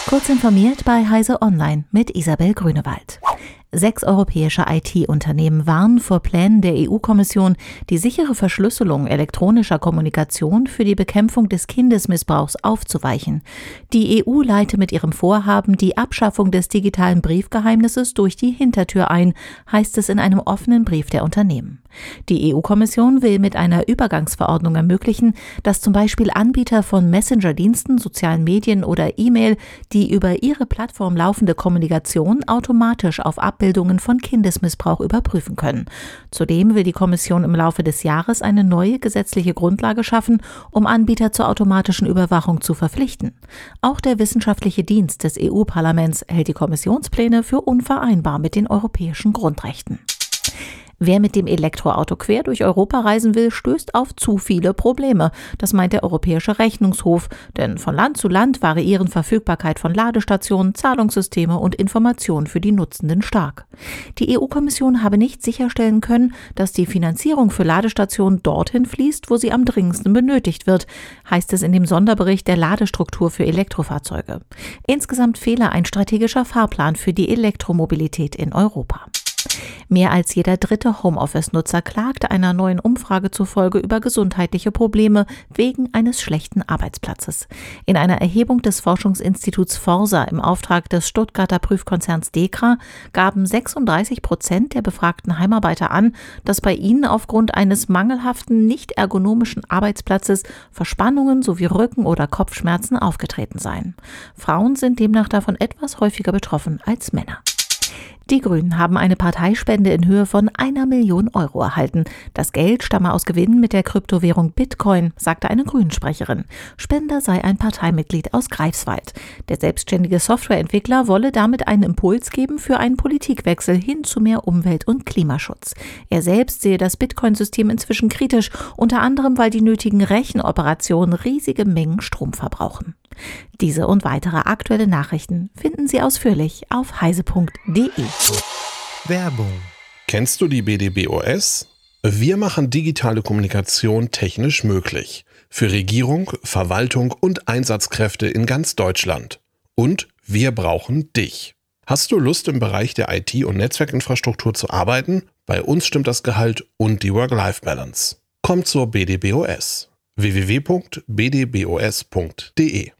Kurz informiert bei Heise Online mit Isabel Grünewald. 6 europäische IT-Unternehmen warnen vor Plänen der EU-Kommission, die sichere Verschlüsselung elektronischer Kommunikation für die Bekämpfung des Kindesmissbrauchs aufzuweichen. Die EU leite mit ihrem Vorhaben die Abschaffung des digitalen Briefgeheimnisses durch die Hintertür ein, heißt es in einem offenen Brief der Unternehmen. Die EU-Kommission will mit einer Übergangsverordnung ermöglichen, dass zum Beispiel Anbieter von Messenger-Diensten, sozialen Medien oder E-Mail die über ihre Plattform laufende Kommunikation automatisch auf Abbildungen von Kindesmissbrauch überprüfen können. Zudem will die Kommission im Laufe des Jahres eine neue gesetzliche Grundlage schaffen, um Anbieter zur automatischen Überwachung zu verpflichten. Auch der wissenschaftliche Dienst des EU-Parlaments hält die Kommissionspläne für unvereinbar mit den europäischen Grundrechten. Wer mit dem Elektroauto quer durch Europa reisen will, stößt auf zu viele Probleme. Das meint der Europäische Rechnungshof. Denn von Land zu Land variieren Verfügbarkeit von Ladestationen, Zahlungssysteme und Informationen für die Nutzenden stark. Die EU-Kommission habe nicht sicherstellen können, dass die Finanzierung für Ladestationen dorthin fließt, wo sie am dringendsten benötigt wird, heißt es in dem Sonderbericht der Ladestruktur für Elektrofahrzeuge. Insgesamt fehle ein strategischer Fahrplan für die Elektromobilität in Europa. Mehr als jeder dritte Homeoffice-Nutzer klagt einer neuen Umfrage zufolge über gesundheitliche Probleme wegen eines schlechten Arbeitsplatzes. In einer Erhebung des Forschungsinstituts Forsa im Auftrag des Stuttgarter Prüfkonzerns DEKRA gaben 36% der befragten Heimarbeiter an, dass bei ihnen aufgrund eines mangelhaften, nicht ergonomischen Arbeitsplatzes Verspannungen sowie Rücken- oder Kopfschmerzen aufgetreten seien. Frauen sind demnach davon etwas häufiger betroffen als Männer. Die Grünen haben eine Parteispende in Höhe von 1 Million Euro erhalten. Das Geld stamme aus Gewinnen mit der Kryptowährung Bitcoin, sagte eine Grünen-Sprecherin. Spender sei ein Parteimitglied aus Greifswald. Der selbstständige Softwareentwickler wolle damit einen Impuls geben für einen Politikwechsel hin zu mehr Umwelt- und Klimaschutz. Er selbst sehe das Bitcoin-System inzwischen kritisch, unter anderem, weil die nötigen Rechenoperationen riesige Mengen Strom verbrauchen. Diese und weitere aktuelle Nachrichten finden Sie ausführlich auf heise.de. Werbung. Kennst du die BDBOS? Wir machen digitale Kommunikation technisch möglich. Für Regierung, Verwaltung und Einsatzkräfte in ganz Deutschland. Und wir brauchen dich. Hast du Lust, im Bereich der IT- und Netzwerkinfrastruktur zu arbeiten? Bei uns stimmt das Gehalt und die Work-Life-Balance. Komm zur BDBOS. www.bdbos.de